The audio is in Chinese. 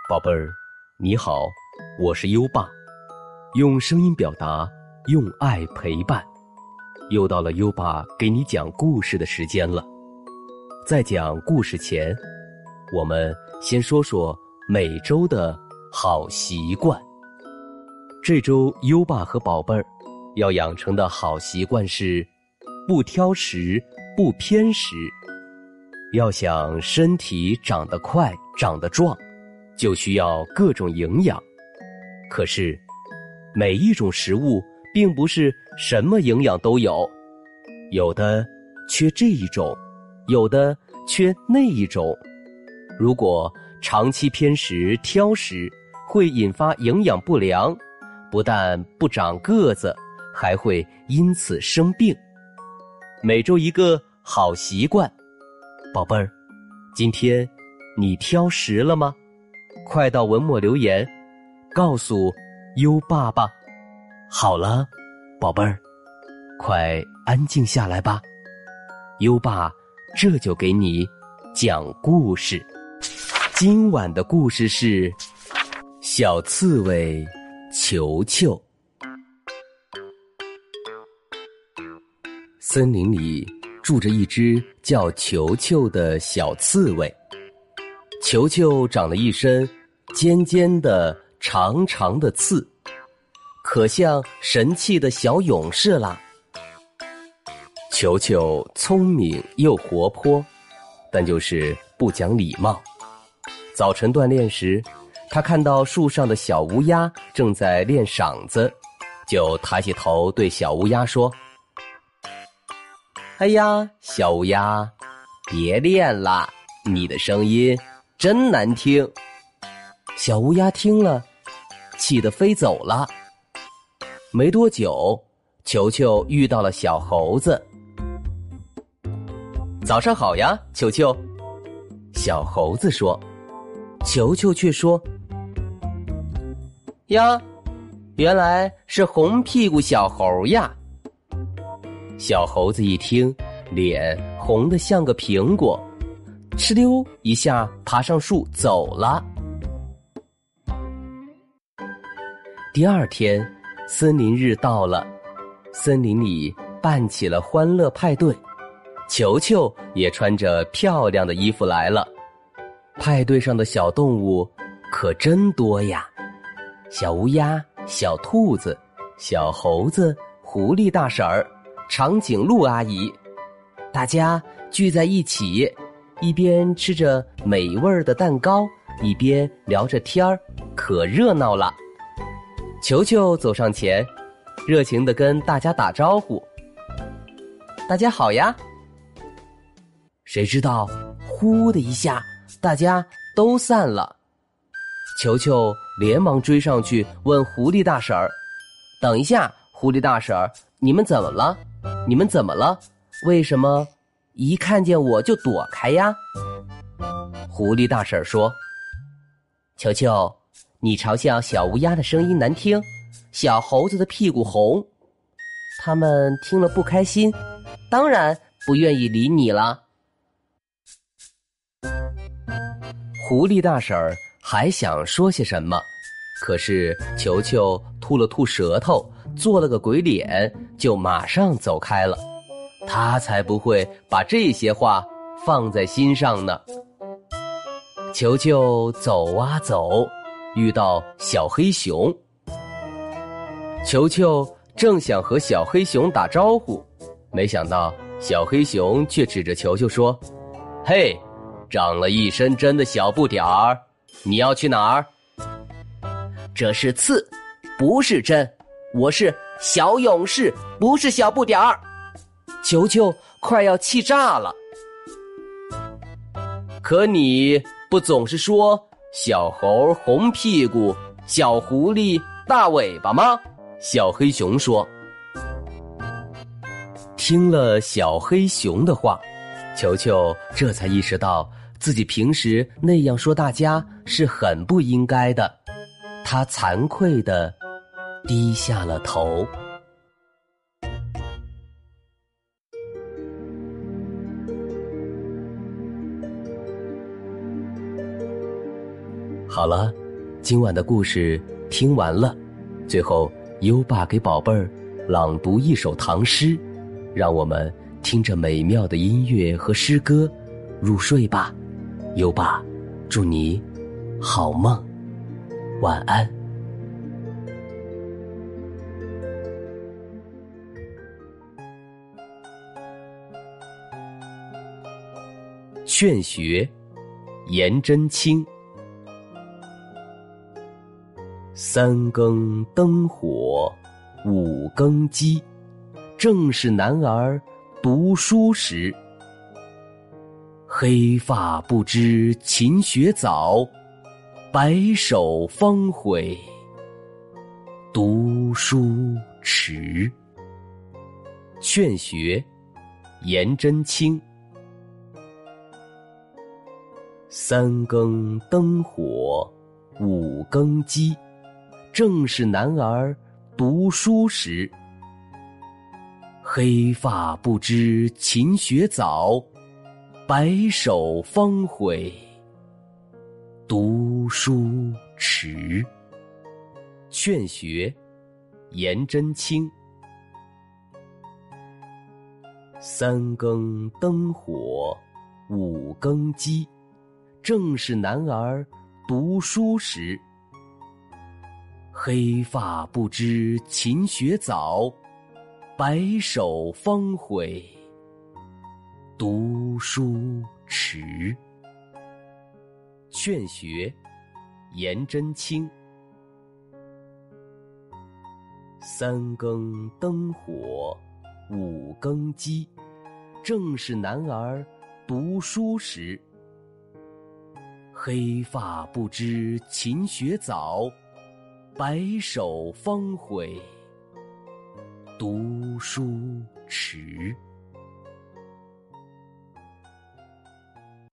宝贝儿，你好，我是优爸，用声音表达，用爱陪伴。又到了优爸给你讲故事的时间了。在讲故事前，我们先说说每周的好习惯。这周优爸和宝贝儿要养成的好习惯是不挑食，不偏食。要想身体长得快，长得壮，就需要各种营养。可是每一种食物并不是什么营养都有，有的缺这一种，有的缺那一种。如果长期偏食挑食，会引发营养不良，不但不长个子，还会因此生病。每周一个好习惯。宝贝儿，今天你挑食了吗？快到文末留言，告诉优爸爸。好了，宝贝儿，快安静下来吧。优爸这就给你讲故事。今晚的故事是小刺猬球球。森林里住着一只叫球球的小刺猬。球球长了一身尖尖的长长的刺，可像神气的小勇士啦。球球聪明又活泼，但就是不讲礼貌。早晨锻炼时，他看到树上的小乌鸦正在练嗓子，就抬起头对小乌鸦说：哎呀，小乌鸦，别练了，你的声音真难听。小乌鸦听了，气得飞走了。没多久，球球遇到了小猴子。早上好呀，球球。小猴子说。球球却说：呀，原来是红屁股小猴呀。小猴子一听，脸红得像个苹果，哧溜一下爬上树走了。第二天，森林日到了，森林里办起了欢乐派对，球球也穿着漂亮的衣服来了。派对上的小动物可真多呀，小乌鸦、小兔子、小猴子、狐狸大婶儿、长颈鹿阿姨，大家聚在一起，一边吃着美味的蛋糕，一边聊着天儿，可热闹了。球球走上前，热情地跟大家打招呼：大家好呀。谁知道呼的一下，大家都散了。球球连忙追上去问狐狸大婶儿：等一下，狐狸大婶儿，你们怎么了？你们怎么了？为什么一看见我就躲开呀？狐狸大婶儿说：球球，你嘲笑小乌鸦的声音难听，小猴子的屁股红，他们听了不开心，当然不愿意理你了。狐狸大婶儿还想说些什么，可是球球吐了吐舌头，做了个鬼脸，就马上走开了。他才不会把这些话放在心上呢。球球走啊走，遇到小黑熊。球球正想和小黑熊打招呼，没想到小黑熊却指着球球说：嘿，长了一身针的小不点儿，你要去哪儿？这是刺，不是针，我是小勇士，不是小不点儿。球球快要气炸了。可你不总是说小猴红屁股，小狐狸大尾巴吗？小黑熊说。听了小黑熊的话，球球这才意识到自己平时那样说大家是很不应该的，他惭愧地低下了头。 好了，今晚的故事听完了，最后优爸给宝贝儿朗读一首唐诗，让我们听着美妙的音乐和诗歌入睡吧。优爸祝你好梦，晚安。劝学，颜真卿。三更灯火五更鸡，正是男儿读书时。黑发不知勤学早，白首方悔读书迟。劝学，颜真卿。三更灯火五更鸡，正是男儿读书时。黑发不知勤学早，白首方悔读书迟。劝学，颜真卿。三更灯火五更鸡，正是男儿读书时。黑发不知勤学早，白首方悔读书迟。劝学，颜真卿。三更灯火五更鸡，正是男儿读书时。黑发不知勤学早，白首方悔读书迟。